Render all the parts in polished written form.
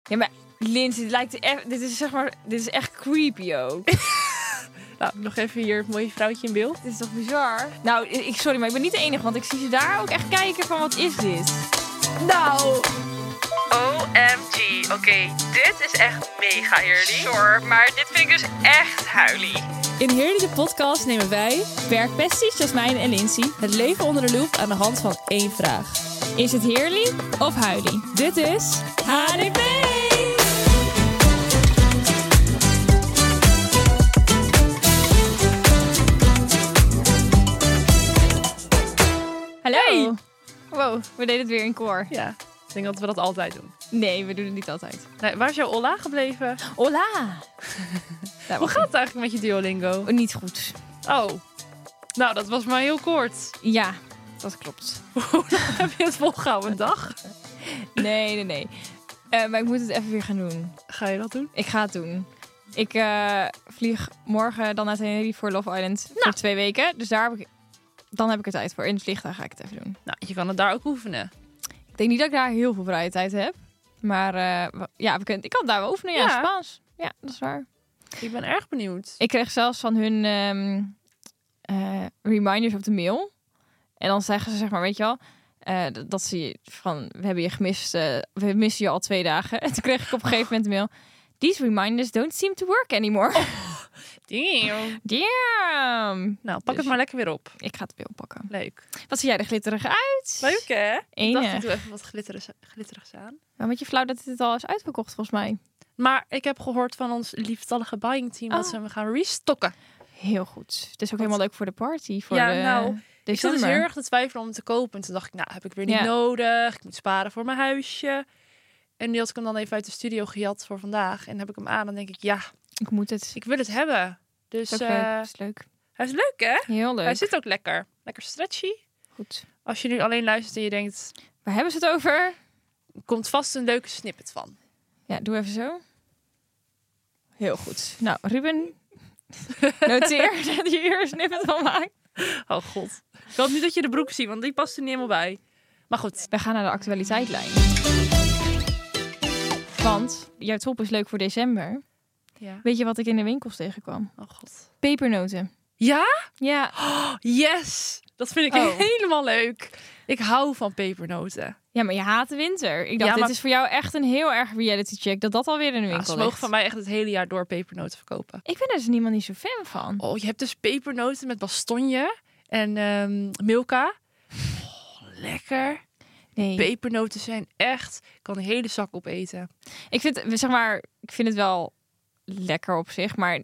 Ja, maar Lindsay, dit is echt creepy ook. Nou, nog even hier het mooie vrouwtje in beeld. Dit is toch bizar? Nou, sorry, maar ik ben niet de enige, want ik zie ze daar ook echt kijken van wat is dit? Nou! OMG. Oké, dit is echt mega heerlijk. Sure, maar dit vind ik dus echt huilie. In Heerly de podcast nemen wij, werkpesties Jasmijn en Lindsay, het leven onder de loep aan de hand van 1 vraag. Is het heerly? Of huilie? Dit is HDP! Hallo! Hey! Wow, we deden het weer in koor. Ja, ik denk dat we dat altijd doen. Nee, we doen het niet altijd. Nee, waar is jouw Ola gebleven? Hola! Hoe gaat het eigenlijk met je Duolingo? Niet goed. Oh, nou dat was maar heel kort. Ja, dat klopt. Hoe lang heb je het volgehouden? Een dag? Nee. Maar ik moet het even weer gaan doen. Ga je dat doen? Ik ga het doen. Ik vlieg morgen dan naar Tenerife voor Love Island voor 2 weken. Dus dan heb ik er tijd voor. In het vliegtuig ga ik het even doen. Nou, je kan het daar ook oefenen. Ik denk niet dat ik daar heel veel vrije tijd heb. Maar ik kan het daar wel oefenen. Ja, Ja. Spaans. Ja, dat is waar. Ik ben erg benieuwd. Ik kreeg zelfs van hun reminders op de mail. En dan zeggen ze, zeg maar, weet je wel, dat ze van, we hebben je gemist, we missen je al 2 dagen. En toen kreeg ik op een gegeven moment de mail, these reminders don't seem to work anymore. Damn. Damn. Nou, pak Dus- het maar lekker weer op. Ik ga het weer oppakken. Leuk. Wat zie jij er glitterig uit? Leuk hè? Ik Enig. dacht, ik doe even wat glitterigs aan. Maar met je flauw dat dit al is uitverkocht, volgens mij. Maar ik heb gehoord van ons lieftallige buying team dat ze me gaan restocken. Heel goed. Het is ook helemaal leuk voor de party. Voor Ja, de nou, Ik zat dus december. heel erg te twijfelen om het te kopen. En toen dacht ik, nou, heb ik weer niet Ja. nodig. Ik moet sparen voor mijn huisje. En nu had ik hem dan even uit de studio gejat voor vandaag. En heb ik hem aan. Dan denk ik, ja, Ik moet het. ik wil het hebben. Dus Het is ook leuk. Het is leuk. hij is leuk, hè? Heel leuk. Hij zit ook lekker. Lekker stretchy. Goed. Als je nu alleen luistert en je denkt, Waar hebben ze het over? er komt vast een leuke snippet van. Ja, doe even zo. Heel goed. Nou, Ruben, noteer dat je hier een snippet van maakt. Oh god. Ik hoop niet dat je de broek ziet, want die past er niet helemaal bij. Maar goed. We gaan naar de actualiteitlijn. Want jouw top is leuk voor december. Ja. Weet je wat ik in de winkels tegenkwam? Oh god. Pepernoten. Ja? Ja, Yes! Dat vind ik Oh. helemaal leuk. Ik hou van pepernoten. ja, maar je haat de winter. Ik dacht, Ja, maar- dit is voor jou echt een heel erg reality check. Dat alweer in de Ja, winkel ze mogen ligt. van mij echt het hele jaar door pepernoten verkopen. Ik ben er dus niemand niet zo fan van. Oh, je hebt dus pepernoten met bastonje en Milka. Oh, lekker. Nee. Pepernoten zijn echt... Ik kan een hele zak opeten. Ik vind het wel lekker op zich, maar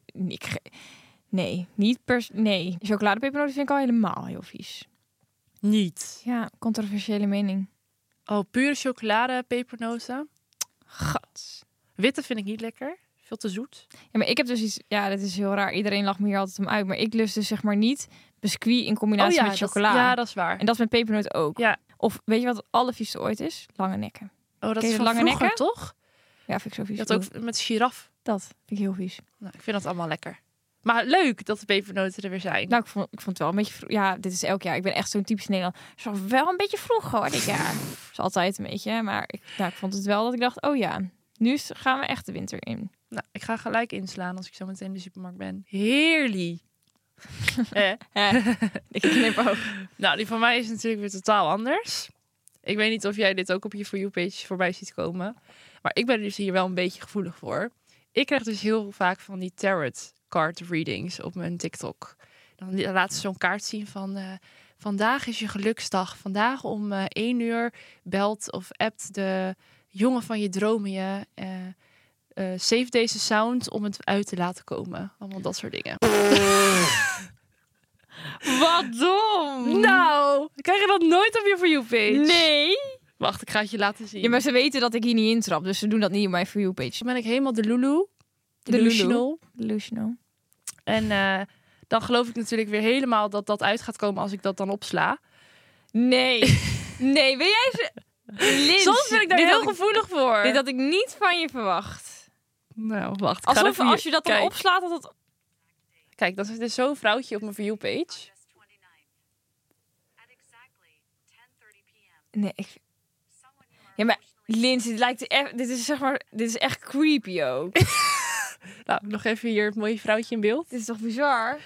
nee. Chocoladepepernoten vind ik al helemaal heel vies. Niet. Ja, controversiële mening. Oh, pure chocolade pepernoten. Gat. Witte vind ik niet lekker. Veel te zoet. Ja, maar ik heb dus iets... Ja, dat is heel raar. Iedereen lacht me hier altijd om uit. Maar ik lust dus zeg maar niet biscuit in combinatie met chocola. Ja, dat is waar. En dat is met pepernoten ook. Ja. Of weet je wat het allervieste ooit is? Lange nekken. Oh, dat Ken is je van lange vroeger, nekken? toch? Ja, vind ik zo vies. Je had ook met giraf. Dat vind ik heel vies. Nou, ik vind dat allemaal lekker. Maar leuk dat de pepernoten er weer zijn. Nou, ik vond het wel een beetje vroeg. Ja, dit is elk jaar. Ik ben echt zo'n typisch Nederlander. Het is wel een beetje vroeg hoor, dit jaar. Het is altijd een beetje. Maar ik vond het wel dat ik dacht, oh ja, gaan we echt de winter in. Nou, ik ga gelijk inslaan als ik zo meteen in de supermarkt ben. Heerlijk. Ik knipoog. Nou, die van mij is natuurlijk weer totaal anders. Ik weet niet of jij dit ook op je For You-page voorbij ziet komen. Maar ik ben dus hier wel een beetje gevoelig voor. Ik krijg dus heel vaak van die tarot card readings op mijn TikTok. Dan laten ze zo'n kaart zien van... vandaag is je geluksdag. Vandaag om 1 uur belt of appt de jongen van je dromen je... save deze sound om het uit te laten komen. Allemaal dat soort dingen. Wat dom! Nou, krijg je dat nooit op je For You-page? Nee! Wacht, ik ga het je laten zien. Ja, maar ze weten dat ik hier niet intrap. Dus ze doen dat niet op mijn For You-page. Dan ben ik helemaal de Lulu. Delusional. Delusional. En dan geloof ik natuurlijk weer helemaal dat dat uit gaat komen als ik dat dan opsla. Nee. Nee, ben jij ze... Lins, Soms ben ik daar dit heel had gevoelig voor. Dit had ik niet van je verwacht. Nou, wacht. ik ga Alsof even hier- als je dat dan Kijk. opslaat, dat het... Kijk, dan zit er zo'n vrouwtje op mijn For You-page. Nee, ja, maar Lindsay, dit is echt creepy ook. Nou, nog even hier het mooie vrouwtje in beeld. Dit is toch bizar?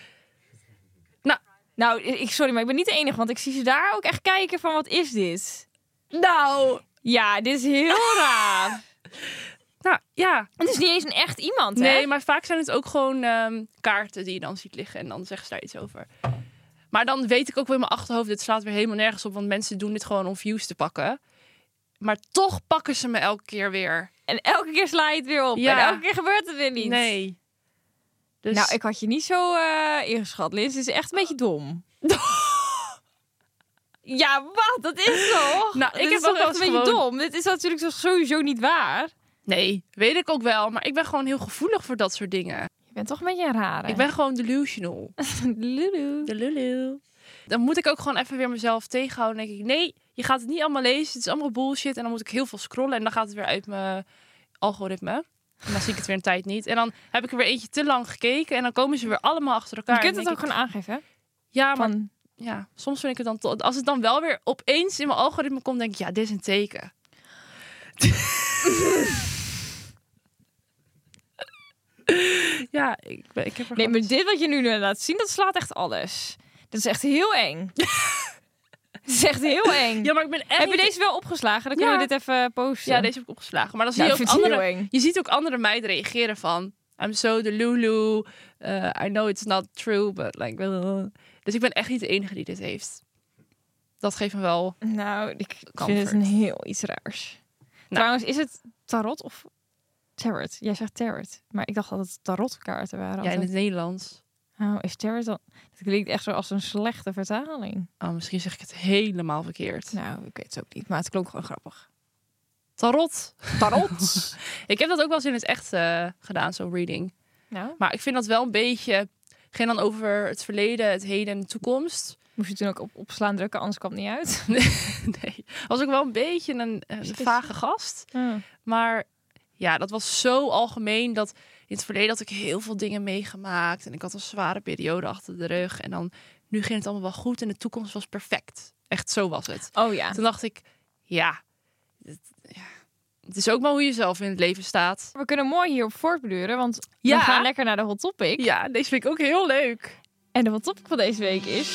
Nou, Sorry, maar ik ben niet de enige, want ik zie ze daar ook echt kijken van, wat is dit? nou, Ja, dit is heel raar. ja. Het is niet eens een echt iemand, hè? Nee, maar vaak zijn het ook gewoon kaarten die je dan ziet liggen. En dan zeggen ze daar iets over. Maar dan weet ik ook wel in mijn achterhoofd, dit slaat weer helemaal nergens op. Want mensen doen dit gewoon om views te pakken. Maar toch pakken ze me elke keer weer. En elke keer sla je het weer op. Ja. En elke keer gebeurt het weer niet. Nee. Dus... Nou, ik had je niet zo ingeschat, Liz. Het is echt een beetje dom. Ja, wat? Dat is toch? Nou, Dit ik is heb toch ook wel echt eens een beetje gewoon- dom. Dit is natuurlijk toch sowieso niet waar. Nee, weet ik ook wel. Maar ik ben gewoon heel gevoelig voor dat soort dingen. Je bent toch een beetje een rare. Ik ben gewoon delusional. Lulu. De lulu. Dan moet ik ook gewoon even weer mezelf tegenhouden. Dan denk ik, nee, je gaat het niet allemaal lezen. Het is allemaal bullshit. En dan moet ik heel veel scrollen. En dan gaat het weer uit mijn algoritme. En dan zie ik het weer een tijd niet. En dan heb ik er weer eentje te lang gekeken. En dan komen ze weer allemaal achter elkaar. Je kunt En het dan ook denk gewoon aangeven, hè? ik, ja, maar Van, ja, soms vind ik het dan... Als het dan wel weer opeens in mijn algoritme komt, denk ik, ja, dit is een teken. Ja, ik heb er nee, gewoon- maar dit wat je nu laat zien, dat slaat echt alles. Dat is echt heel eng. Het is echt heel eng. Ja, maar ik ben echt Heb je niet- deze wel opgeslagen? Dan Ja. kunnen we dit even posten. Ja, deze heb ik opgeslagen. Maar dan zie Ja, je ik ook vind het andere... heel eng. Je ziet ook andere meiden reageren van... I'm so the Lulu. I know it's not true, but like... Dus ik ben echt niet de enige die dit heeft. Dat geeft me wel... Nou, ik Comfort. vind het een heel iets raars. Trouwens, is het tarot of tarot? Jij zegt tarot. Maar ik dacht dat het tarotkaarten waren. Ja, in altijd. het Nederlands. Oh, is tarot dan... Dat klinkt echt zo als een slechte vertaling. Oh, misschien zeg ik het helemaal verkeerd. Nou, ik weet het ook niet. Maar het klonk gewoon grappig. Tarot. Tarot? Ik heb dat ook wel eens in het echt gedaan, zo'n reading. Nou, Maar ik vind dat wel een beetje... Ging dan over het verleden, het heden en de toekomst. moest je toen ook op slaan drukken, anders kwam het niet uit. Nee, was ook wel een beetje een vage gast. Maar ja, dat was zo algemeen dat in het verleden had ik heel veel dingen meegemaakt. En ik had een zware periode achter de rug. En dan, nu ging het allemaal wel goed en de toekomst was perfect. Echt, zo was het. Oh ja. Toen dacht ik, ja, het is ook maar hoe je zelf in het leven staat. We kunnen mooi hierop voortbeduren, want Ja. we gaan lekker naar de hot topic. Ja, deze vind ik ook heel leuk. En de hot topic van deze week is...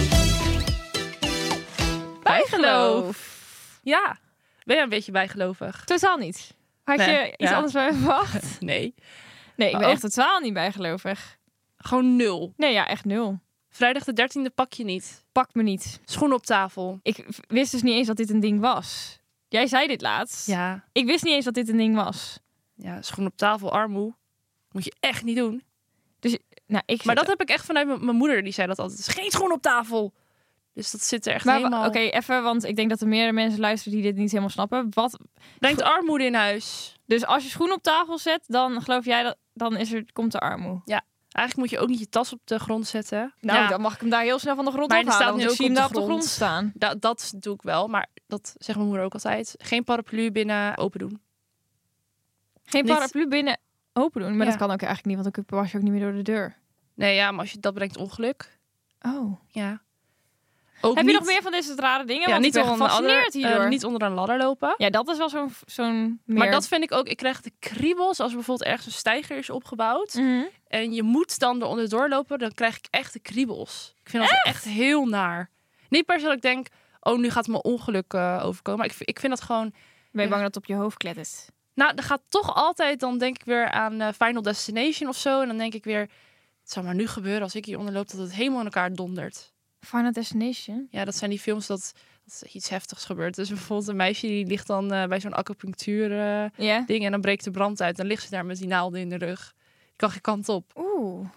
Bijgeloof. Ja, ben je een beetje bijgelovig? Totaal niet. Had Nee, je iets ja. anders bij me verwacht? Nee, Nee, ik ben Oh. echt totaal niet bijgelovig. gewoon 0. Nee, ja, echt 0. Vrijdag de 13e pak je niet. Pakt me niet. Schoenen op tafel. Ik wist dus niet eens dat dit een ding was. Jij zei dit laatst. Ja, Ik wist niet eens dat dit een ding was. ja, schoenen op tafel, armoe. Moet je echt niet doen. Nou, Maar dat heb ik echt vanuit mijn moeder. Die zei dat altijd. Het is geen schoen op tafel. Dus dat zit er echt Maar helemaal... oké, even, want ik denk dat er meerdere mensen luisteren die dit niet helemaal snappen. Wat? Brengt armoede in huis. Dus als je schoen op tafel zet, dan geloof jij dat dan komt er armoe. Eigenlijk moet je ook niet je tas op de grond zetten. Nou, Ja, dan mag ik hem daar heel snel van de grond Maar er afhalen. staat Want nu ik ook zie hem op daar de op de grond grond. staan. dat doe ik wel. Maar dat zegt mijn moeder ook altijd. Geen paraplu binnen open doen. Geen Niet- paraplu binnen open doen. Maar Ja. dat kan ook eigenlijk niet, want dan was je ook niet meer door de deur. Nee, ja, maar als je dat brengt ongeluk. Oh. Ja. Ook Heb niet, je nog meer van deze rare dingen? Ja, Want niet ik ben onder een gefascineerd ladder, hierdoor. niet onder een ladder lopen. Ja, dat is wel zo'n meer... Maar dat vind ik ook. Ik krijg de kriebels als er bijvoorbeeld ergens een steiger is opgebouwd. Mhm. En je moet dan eronder doorlopen, dan krijg ik echt de kriebels. Ik vind dat echt heel naar. Niet per se dat ik denk, oh, nu gaat me ongeluk overkomen. Maar ik vind dat gewoon... Ben je bang dat het op je hoofd klettert? Nou, er gaat toch altijd, dan denk ik weer aan Final Destination of zo. En dan denk ik weer, het zou maar nu gebeuren als ik hieronder loop, dat het helemaal in elkaar dondert. Final Destination? Ja, dat zijn die films dat iets heftigs gebeurt. Dus bijvoorbeeld een meisje die ligt dan bij zo'n acupunctuur Ja. ding en dan breekt de brand uit. Dan ligt ze daar met die naalden in de rug. Je kan geen kant op. Oeh.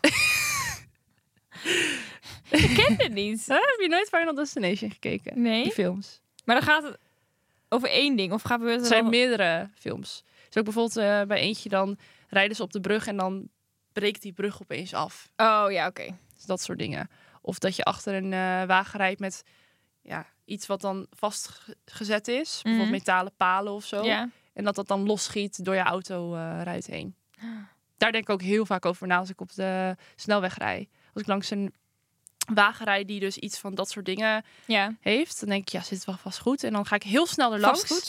Ik ken het niet. Heb je nooit Final Destination gekeken? Die Nee. films. Maar dan gaat het over één ding. Of gaat Het zijn meerdere films. Dus ook bijvoorbeeld bij eentje dan rijden ze op de brug en dan breekt die brug opeens af. Oh ja, oké. Dus dat soort dingen. Of dat je achter een wagen rijdt met iets wat dan vastgezet is. Bijvoorbeeld metalen palen of zo. Ja. En dat dan losschiet door je autoruit heen. Daar denk ik ook heel vaak over na als ik op de snelweg rij. Als ik langs een wagen rijd die dus iets van dat soort dingen Ja. heeft, dan denk ik, ja, zit het wel vast goed. En dan ga ik heel snel er langs. Vast goed.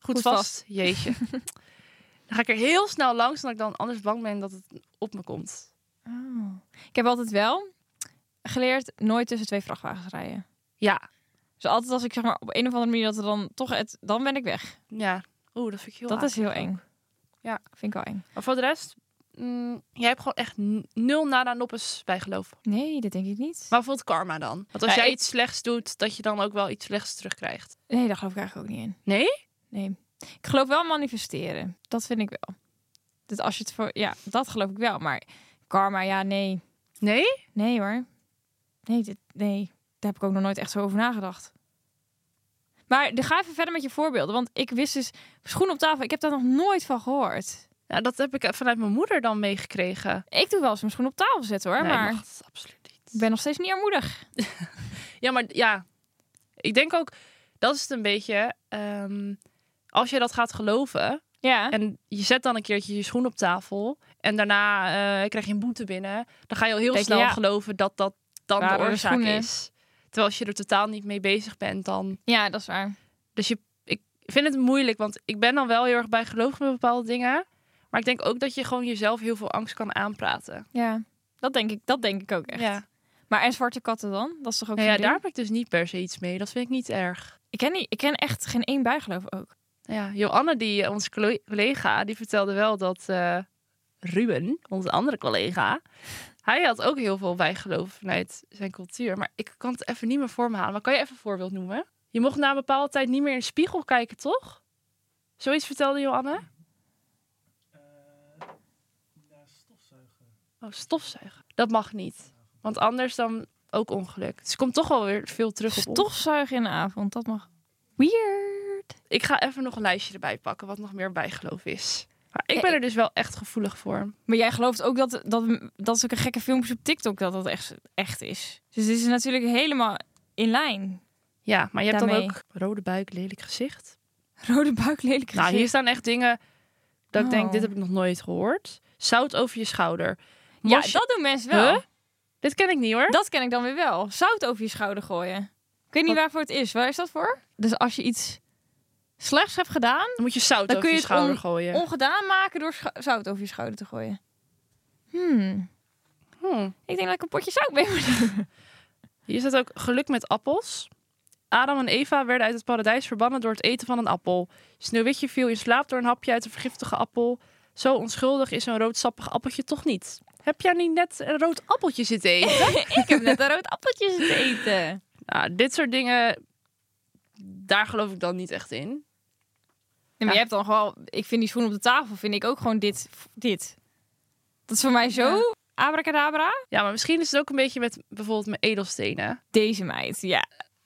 Goed vast. Jeetje. Dan ga ik er heel snel langs, omdat ik dan anders bang ben dat het op me komt. Oh. Ik heb altijd wel geleerd nooit tussen 2 vrachtwagens rijden. Ja. Dus altijd als ik zeg maar op een of andere manier dat er dan toch dan ben ik weg. Ja. Oeh, dat vind ik heel Dat is heel akelig ook. eng. Ja. Vind ik wel eng. Maar voor de rest, jij hebt gewoon echt 0 nada noppes bijgeloof. Nee, dat denk ik niet. Maar bijvoorbeeld karma dan. Want als Ja, jij ik- iets slechts doet, dat je dan ook wel iets slechts terugkrijgt. Nee, daar geloof ik eigenlijk ook niet in. Nee? Nee. Ik geloof wel in manifesteren. Dat vind ik wel. Dus als je het voor... Ja, dat geloof ik wel. Maar karma, ja, nee. Nee? Nee hoor. Nee. Daar heb ik ook nog nooit echt zo over nagedacht. Maar ga even verder met je voorbeelden. Want ik wist dus... Schoen op tafel, ik heb daar nog nooit van gehoord. Ja, dat heb ik vanuit mijn moeder dan meegekregen. Ik doe wel eens mijn schoen op tafel zetten hoor. Nee, maar mag het absoluut niet. ik ben nog steeds niet armoedig. Ja, maar ja. Ik denk ook, dat is het een beetje... als je dat gaat geloven... Ja. En je zet dan een keertje je schoen op tafel... en daarna krijg je een boete binnen... dan ga je al heel Denk je, snel ja. geloven dat dat dan Waren de de oorzaak schoenen. is. Terwijl als je er totaal niet mee bezig bent, dan... Ja, dat is waar. Dus ik vind het moeilijk, want ik ben dan wel heel erg bijgelovig met bepaalde dingen. Maar ik denk ook dat je gewoon jezelf heel veel angst kan aanpraten. Ja. Dat denk ik ook echt. Ja, Maar en zwarte katten dan? Dat is toch ook nou zo'n ja, daar ding? heb ik dus niet per se iets mee. Dat vind ik niet erg. Ik ken echt geen één bijgeloof ook. Ja, Joanne, onze collega, die vertelde wel dat Ruben, onze andere collega, hij had ook heel veel bijgeloof vanuit zijn cultuur. Maar ik kan het even niet meer voor me halen. Maar kan je even een voorbeeld noemen? Je mocht na een bepaalde tijd niet meer in de spiegel kijken, toch? Zoiets vertelde Joanne? Stofzuigen. Oh, stofzuigen. Dat mag niet. Want anders dan ook ongeluk. Dus er komt toch wel weer veel terug op. Stofzuigen in de avond, dat mag. Weird. Ik ga even nog een lijstje erbij pakken wat nog meer bijgeloof is. Maar ik ben er dus wel echt gevoelig voor. Maar jij gelooft ook dat zulke gekke filmpjes op TikTok dat echt is. Dus dit is natuurlijk helemaal in lijn. Ja, maar je hebt Daarmee. dan ook rode buik, lelijk gezicht. Rode buik, lelijk Nou, hier gezicht. staan echt dingen dat ik denk, Oh. dit heb ik nog nooit gehoord. Zout over je schouder. Ja, Mos- dat doen mensen wel. Huh? Dit ken ik niet hoor. Dat ken ik dan weer wel. Zout over je schouder gooien. Ik weet niet Wat? waarvoor het is. Waar is dat voor? Dus als je iets slechts hebt gedaan, Dan moet je zout Dan over kun je je het schouder gooien. ongedaan maken door zout over je schouder te gooien. Ik denk dat ik een potje zout mee moet doen. Hier staat ook geluk met appels. Adam en Eva werden uit het paradijs verbannen door het eten van een appel. Sneeuwwitje viel in slaap door een hapje uit een vergiftige appel. Zo onschuldig is een roodsappig appeltje toch niet. Heb jij niet net een rood appeltje zitten eten? Ik heb net een rood appeltje zitten eten. Nou, dit soort dingen, daar geloof ik dan niet echt in. Nee, maar Ja. je hebt dan gewoon... Ik vind die schoen op de tafel, vind ik ook gewoon dit. Dat is voor mij zo Ja. abracadabra. Ja, maar misschien is het ook een beetje met bijvoorbeeld mijn edelstenen. Deze meid, ja.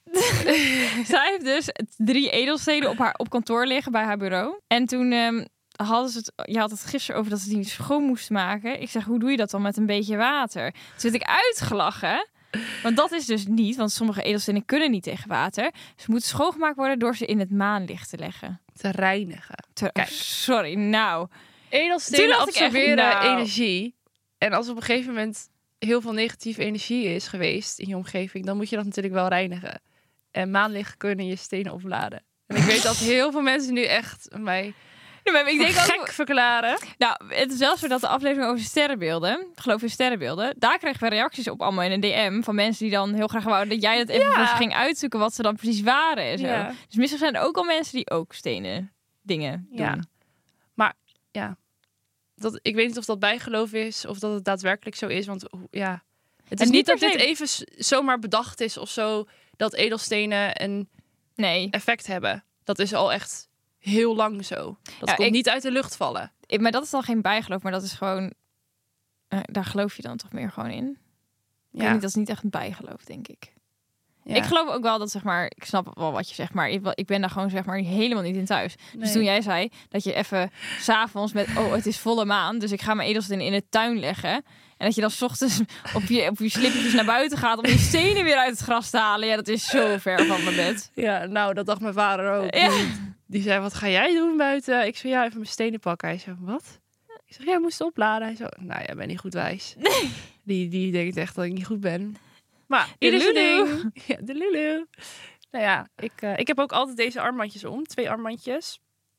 Zij heeft dus 3 edelstenen op kantoor liggen bij haar bureau. En toen hadden ze het... Je had het gisteren over dat ze die schoon moesten maken. Ik zeg, hoe doe je dat dan met een beetje water? Toen werd ik uitgelachen. Want dat is dus niet, want sommige edelstenen kunnen niet tegen water. Ze moeten schoongemaakt worden door ze in het maanlicht te leggen. Te reinigen. Kijk. Sorry, nou. Toen Edelstenen dacht ik echt, absorberen nou. energie. En als op een gegeven moment heel veel negatieve energie is geweest in je omgeving, dan moet je dat natuurlijk wel reinigen. En maanlicht kunnen je stenen opladen. En ik weet dat heel veel mensen nu echt mij Ja, maar ik denk gek ook, verklaren. nou, het is wel zo dat de aflevering over sterrenbeelden, geloof in sterrenbeelden, daar kregen we reacties op allemaal in een DM van mensen die dan heel graag wouden dat jij dat even voor ze ging uitzoeken wat ze dan precies waren en zo. Ja. Dus misschien zijn er ook al mensen die ook stenen dingen doen. Ja. Maar ja, ik weet niet of dat bijgeloof is of dat het daadwerkelijk zo is. Want ja, het is En niet niet dat per dit even zomaar bedacht is of zo, dat edelstenen een Nee, effect hebben. Dat is al echt heel lang zo. Dat Ja, komt ik- niet uit de lucht vallen. maar dat is dan geen bijgeloof, maar dat is gewoon, daar geloof je dan toch meer gewoon in. Ik weet niet, dat is niet echt een bijgeloof, denk ik. Ja. Ik geloof ook wel dat, zeg maar, ik snap wel wat je zegt, maar ik ben daar gewoon, zeg maar, helemaal niet in thuis. Dus Nee. toen jij zei dat je even 's avonds met, het is volle maan, dus ik ga mijn edelstenen in de tuin leggen. En dat je dan 's ochtends op je slippertjes naar buiten gaat om je stenen weer uit het gras te halen. Ja, dat is zo ver van mijn bed. Ja, nou, dat dacht mijn vader ook. Ja. Die zei, wat ga jij doen buiten? Ik zei, ja, even mijn stenen pakken. Hij zei, wat? Ik zeg, jij moest opladen. Hij zei, nou, jij bent niet goed wijs. Die denkt echt dat ik niet goed ben. Maar, ieder zijn Delulu. ding. Ja, de lulu. Nou ja, ik heb ook altijd deze armbandjes om. 2 armbandjes.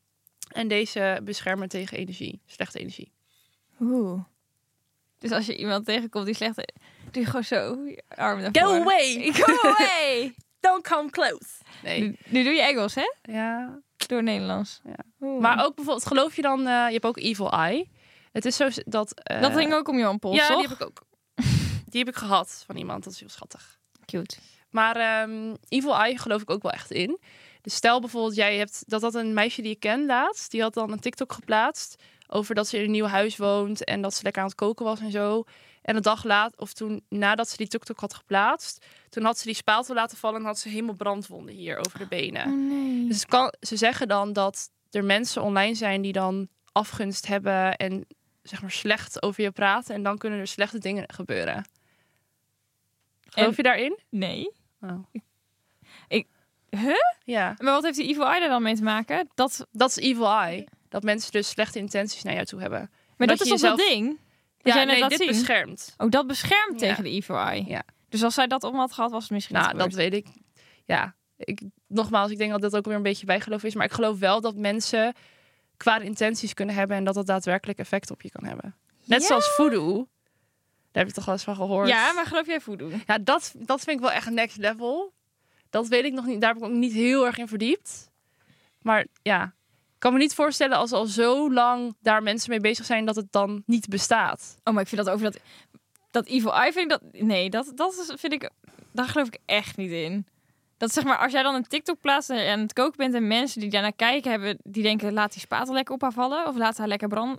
En deze beschermen tegen energie. Slechte energie. Oeh. Dus als je iemand tegenkomt die slecht is, doe je gewoon zo je arm naar Go voren. away! Go away! Don't come close! Nee. Nu doe je Engels, hè? Ja. Door Nederlands. Ja. Oeh. Maar ook bijvoorbeeld, geloof je dan... je hebt ook Evil Eye. Het is zo dat... dat ging ook om Jan Pols, ja, toch? die heb ik ook. Die heb ik gehad van iemand. Dat is heel schattig. Cute. Maar Evil Eye geloof ik ook wel echt in. Dus stel bijvoorbeeld, jij hebt dat een meisje die je kent laatst, die had dan een TikTok geplaatst over dat ze in een nieuw huis woont en dat ze lekker aan het koken was en zo. En een dag later, of toen nadat ze die TikTok had geplaatst, toen had ze die spatel laten vallen en had ze helemaal brandwonden hier over de benen. Oh nee. Dus ze zeggen dan dat er mensen online zijn die dan afgunst hebben en zeg maar slecht over je praten en dan kunnen er slechte dingen gebeuren. Geloof je daarin? Nee. Oh. Huh? Ja. Maar wat heeft die Evil Eye er dan mee te maken? Dat Dat is Evil Eye. Dat mensen dus slechte intenties naar jou toe hebben. Maar dat je is toch dat jezelf- ding? Wat jij net laat dit zien? beschermt. Oh, dat beschermt Ja. tegen de Evil Eye. Ja. Dus als zij dat om had gehad, was het misschien Nou, niet dat gebeurd. weet ik. Ja, nogmaals, ik denk dat dat ook weer een beetje bijgeloof is. Maar ik geloof wel dat mensen kwade intenties kunnen hebben en dat dat daadwerkelijk effect op je kan hebben. Net Ja? zoals voodoo. Daar heb je toch wel eens van gehoord. Ja, maar geloof jij voodoo? Ja, dat vind ik wel echt next level. Dat weet ik nog niet. Daar heb ik ook niet heel erg in verdiept. Maar ja, ik kan me niet voorstellen als al zo lang daar mensen mee bezig zijn dat het dan niet bestaat. Oh, maar ik vind dat over dat Evil Eye, vind ik dat... Nee, vind ik... Daar geloof ik echt niet in. Dat zeg maar, als jij dan een TikTok plaatst en aan het koken bent en mensen die daarnaar kijken hebben, die denken, laat die spatel lekker op haar vallen. Of laat haar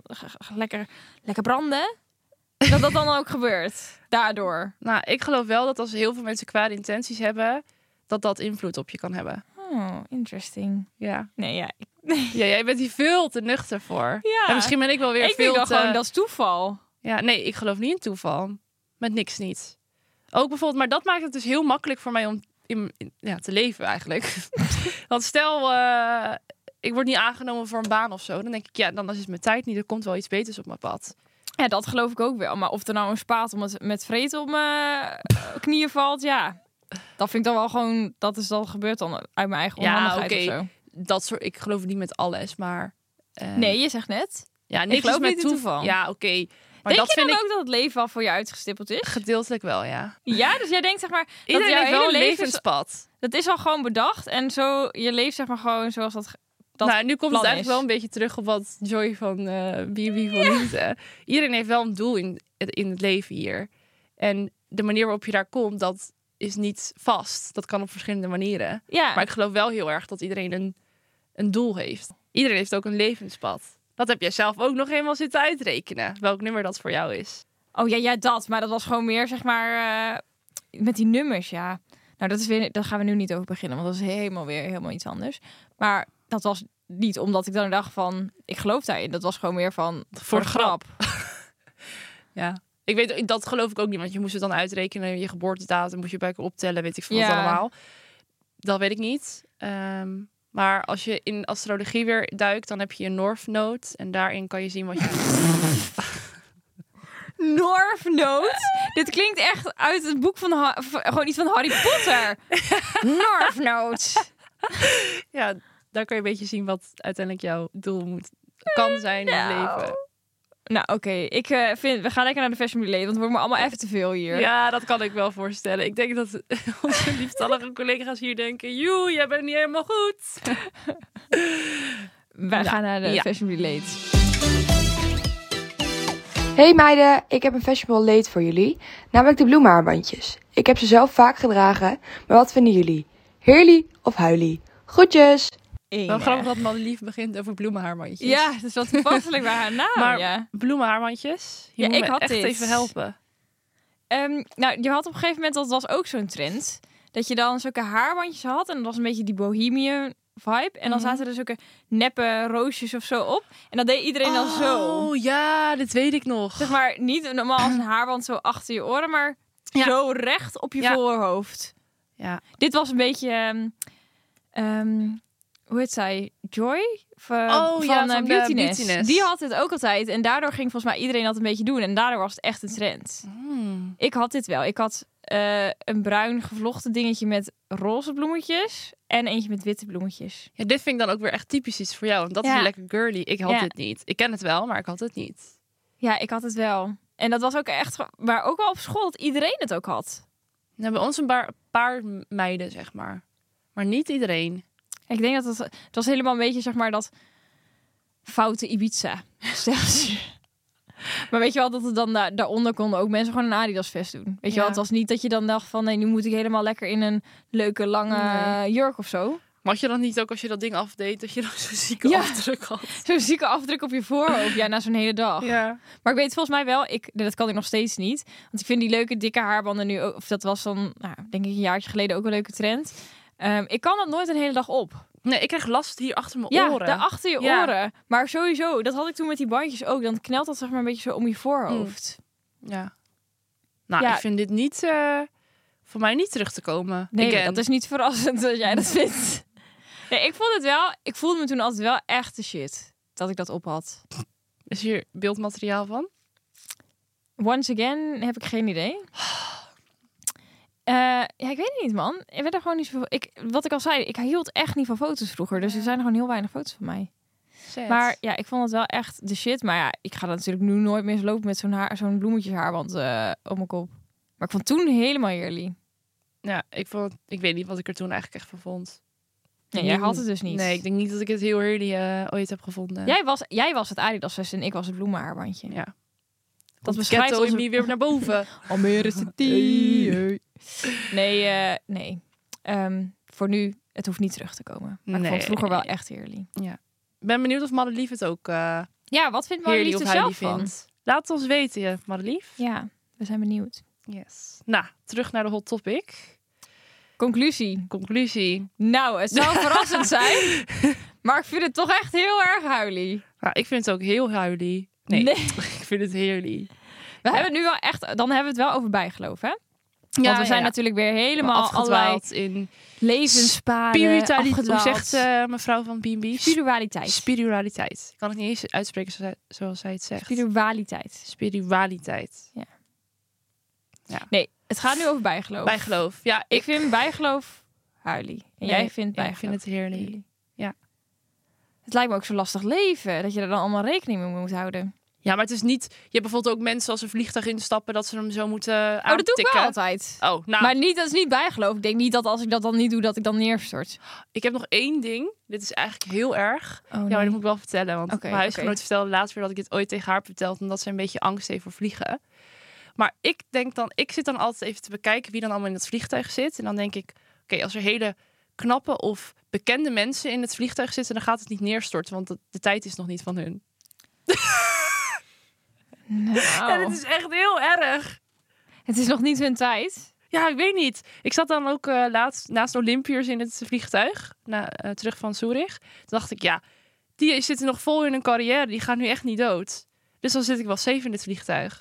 lekker branden. Dat dat dan ook gebeurt. Daardoor. Nou, ik geloof wel dat als heel veel mensen kwade intenties hebben, dat dat invloed op je kan hebben. Oh, interesting. Ja. Nee, ja. Ja, jij bent hier veel te nuchter voor. Ja. En misschien ben ik wel weer Ik veel denk dan te... gewoon, dat is toeval. Ja, nee, ik geloof niet in toeval. Met niks niet. Ook bijvoorbeeld, maar dat maakt het dus heel makkelijk voor mij om te leven eigenlijk. Want stel, ik word niet aangenomen voor een baan of zo. Dan denk ik, ja, dan is het mijn tijd niet. Er komt wel iets beters op mijn pad. Ja, dat geloof ik ook wel. Maar of er nou een spatel met vreten op mijn knieën valt, ja. Dat vind ik dan wel gewoon, dat is dan gebeurd dan uit mijn eigen Ja, onhandigheid oké. of zo. Ik geloof niet met alles, maar... Nee, je zegt net. ja, niks geloof is met niet in toeval. Ja, oké. Maar Denk dat je vind dan ik ook dat het leven al voor je uitgestippeld is? gedeeltelijk wel, ja. Ja, dus jij denkt zeg maar, Iedereen jouw heeft wel een hele leven is- levenspad. dat is al gewoon bedacht. En zo, je leeft zeg maar gewoon zoals dat Nou, nu komt het plan eigenlijk is. wel een beetje terug op wat Joy van B&B van Liefde. Iedereen heeft wel een doel in het leven hier. En de manier waarop je daar komt, dat is niet vast. Dat kan op verschillende manieren. Ja, Maar ik geloof wel heel erg dat iedereen een doel heeft. Iedereen heeft ook een levenspad. Dat heb jij zelf ook nog eenmaal zitten uitrekenen. Welk nummer dat voor jou is. oh ja, dat. Maar dat was gewoon meer zeg maar met die nummers, ja. Nou, daar gaan we nu niet over beginnen, want dat is helemaal iets anders. Maar dat was niet omdat ik dan dacht van, ik geloof daarin. Dat was gewoon meer van, voor de grap. Ja. Ik weet, dat geloof ik ook niet, want je moest het dan uitrekenen. Je geboortedatum moest je bij elkaar optellen, weet ik veel wat Ja. allemaal. Dat weet ik niet. Maar als je in astrologie weer duikt, dan heb je een North Node. En daarin kan je zien wat je... North Node? Dit klinkt echt uit het boek van gewoon iets van Harry Potter. North Node. Ja, daar kan je een beetje zien wat uiteindelijk jouw doel kan zijn in het leven. Nou, oké. Ik vind, we gaan lekker naar de Fashion Relay, want het wordt me allemaal even te veel hier. Ja, dat kan ik wel voorstellen. Ik denk dat onze lieftallige collega's hier denken... Joe, jij bent niet helemaal goed. Wij gaan naar de ja. Fashion Relay. Hey meiden, ik heb een fashionable late voor jullie, namelijk de bloemenhaarbandjes. Ik heb ze zelf vaak gedragen, maar wat vinden jullie? Heerly of huilie? Groetjes! Wel grappig dat Madelief begint over bloemenhaarmandjes. Ja, dat is wat toepasselijk bij haar naam. Maar ja. bloemenhaarmandjes? Je Ja, moet ik me had echt dit. even helpen. Nou, je had op een gegeven moment, dat was ook zo'n trend, dat je dan zulke haarbandjes had en dat was een beetje die bohemian vibe. En dan zaten er zulke neppe roosjes of zo op. En dat deed iedereen dan zo. Oh ja, dit weet ik nog. Zeg maar, niet normaal als een haarband zo achter je oren, maar Ja. zo recht op je Ja. voorhoofd. Ja. Dit was een beetje, hoe heet zij? Joy van de Beautyness. Beautyness. Die had het ook altijd. En daardoor ging volgens mij iedereen dat een beetje doen. En daardoor was het echt een trend. Ik had dit wel. Ik had een bruin gevlochten dingetje met roze bloemetjes. En eentje met witte bloemetjes. Ja, dit vind ik dan ook weer echt typisch iets voor jou. Want dat is Ja. weer lekker girly. Ik had Ja. dit niet. Ik ken het wel, maar ik had het niet. Ja, ik had het wel. En dat was ook echt... Maar ook wel op school dat iedereen het ook had. Nou, bij ons een paar meiden, zeg maar. Maar niet iedereen. Ik denk dat het was helemaal een beetje, zeg maar, dat foute Ibiza stelsel. Maar weet je wel, dat het dan daaronder konden ook mensen gewoon een Adidas vest doen. Weet je Ja. wel, het was niet dat je dan dacht van, nee, nu moet ik helemaal lekker in een leuke lange jurk of zo. Maar had je dan niet ook als je dat ding afdeed, dat je dan zo'n zieke Ja. afdruk had? Zo'n zieke afdruk op je voorhoofd, ja, na zo'n hele dag. Ja. Maar ik weet volgens mij wel, dat kan ik nog steeds niet. Want ik vind die leuke dikke haarbanden nu, of dat was dan, denk ik een jaartje geleden ook een leuke trend. Ik kan dat nooit een hele dag op. Nee, ik krijg last hier achter mijn Ja, oren. daar achter je Ja. oren. Maar sowieso, dat had ik toen met die bandjes ook. Dan knelt dat zeg maar een beetje zo om je voorhoofd. Ja. Nou, Ja. ik vind dit niet... voor mij niet terug te komen. Nee, Again. dat is niet verrassend als jij dat vindt. Nee, ik vond het wel... Ik voelde me toen altijd wel echt de shit. Dat ik dat op had. Is hier beeldmateriaal van? Once again heb ik geen idee. Ja, ik weet het niet, man. Ik werd er gewoon niet zo... Wat ik al zei, ik hield echt niet van foto's vroeger. Dus er zijn er gewoon heel weinig foto's van mij. Sad. Maar ja, ik vond het wel echt de shit. Maar ja, ik ga dat natuurlijk nu nooit meer lopen met zo'n bloemetjeshaarband op mijn kop. Maar ik vond toen helemaal heerlijk. Ja, ik weet niet wat ik er toen eigenlijk echt van vond. Nee, jij had het dus niet. Nee, ik denk niet dat ik het heel early ooit heb gevonden. Jij was het Adidas vest en ik was het bloemenhaarbandje. Ja. Dat beschrijft beschrijft ons onze... niet weer naar boven. Almere is het die. Nee. Voor nu, het hoeft niet terug te komen. Maar ik vond het vroeger wel echt heerlijk. Ik ben benieuwd of Madelief het ook Ja, wat vindt heerlijk Marlies of er huilie zelf van? vindt. Laat het ons weten, Madelief. Ja, we zijn benieuwd. Yes. Nou, terug naar de hot topic. Conclusie. Conclusie. Nou, het zou verrassend zijn. Maar ik vind het toch echt heel erg huilie. Nou, ik vind het ook heel huilie. Nee, ik vind het heerlijk. We hebben het nu wel echt... Dan hebben we het wel over bijgeloof, hè? Want we zijn natuurlijk weer helemaal allerlei afgedwaald in levenspaden spiritualiteit. Hoe afgedwaald. zegt mevrouw van B&B? Spiritualiteit. Spiritualiteit. Ik kan het niet eens uitspreken zoals zij het zegt. Spiritualiteit. Spiritualiteit. Nee, het gaat nu over bijgeloof. Bijgeloof. Ja, Ik vind bijgeloof huilie. En jij vindt ja, bijgeloof. ik vind het heerlijk. huilie. Ja. Het lijkt me ook zo lastig leven. Dat je er dan allemaal rekening mee moet houden. Ja, maar het is niet... Je hebt bijvoorbeeld ook mensen als een vliegtuig instappen... dat ze hem zo moeten aantikken. Oh, dat doe ik wel altijd. Oh, nou, Maar dat is niet bijgeloof. Ik denk niet dat als ik dat dan niet doe, dat ik dan neerstort. ik heb nog één ding. Dit is eigenlijk heel erg. Oh, Ja, maar dat moet ik wel vertellen. Want Oké, mijn huisgenoot vertelde laatst weer dat ik dit ooit tegen haar heb verteld. Omdat ze een beetje angst heeft voor vliegen. Maar ik denk dan... Ik zit dan altijd even te bekijken wie dan allemaal in het vliegtuig zit. En dan denk ik... Oké, als er hele knappe of bekende mensen in het vliegtuig zitten... dan gaat het niet neerstorten. Want de tijd is nog niet van hun. Nou, Ja, dit is echt heel erg. het is nog niet hun tijd. Ja, ik weet niet. Ik zat dan ook laatst naast Olympiërs in het vliegtuig. Terug van Zurich. Toen dacht ik, ja, die zitten nog vol in hun carrière. Die gaan nu echt niet dood. Dus dan zit ik wel safe in dit vliegtuig.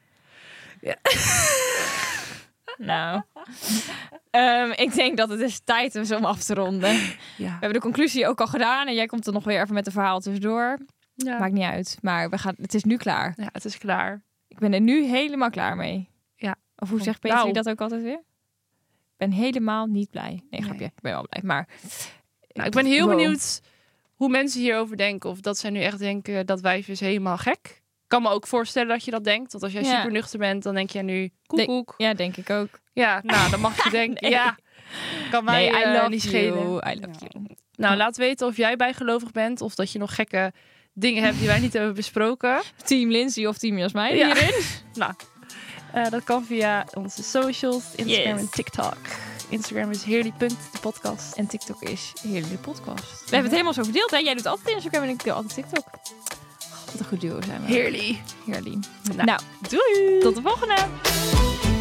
Nou, ik denk dat het is tijd is om af te ronden. We Ja. hebben de conclusie ook al gedaan. En jij komt er nog weer even met een verhaal tussendoor. Ja. Maakt niet uit. Maar het is nu klaar. Ja, het is klaar. Ik ben er nu helemaal klaar mee. Ja. Of hoe zegt Peter Nou. dat ook altijd weer? Ik ben helemaal niet blij. Nee, Nee. grapje. Ik ben wel blij. Maar Nou, ik ben heel Wow. benieuwd hoe mensen hierover denken. Of dat zij nu echt denken, dat wijf is helemaal gek. Ik kan me ook voorstellen dat je dat denkt. Want als jij Ja. super nuchter bent, dan denk jij nu koekoek. Ja, denk ik ook. Ja, nou, dan mag je denken. Nee. Ja, kan mij Nee, I love niet you. schelen. I love you. Nou, laat weten of jij bijgelovig bent. Of dat je nog gekke dingen hebt die wij niet hebben besproken. Team Lindsay of Team Jasmijn Ja. hierin. Nou, dat kan via onze socials. Instagram Yes. en TikTok. Instagram is heerly.depodcast. En TikTok is heerlijk de podcast. We hebben het helemaal zo verdeeld. Hè? Jij doet altijd Instagram en ik doe altijd TikTok. Wat een goed duo zijn we. Heerly. Heerlijk. Nou, Nou, doei! tot de volgende.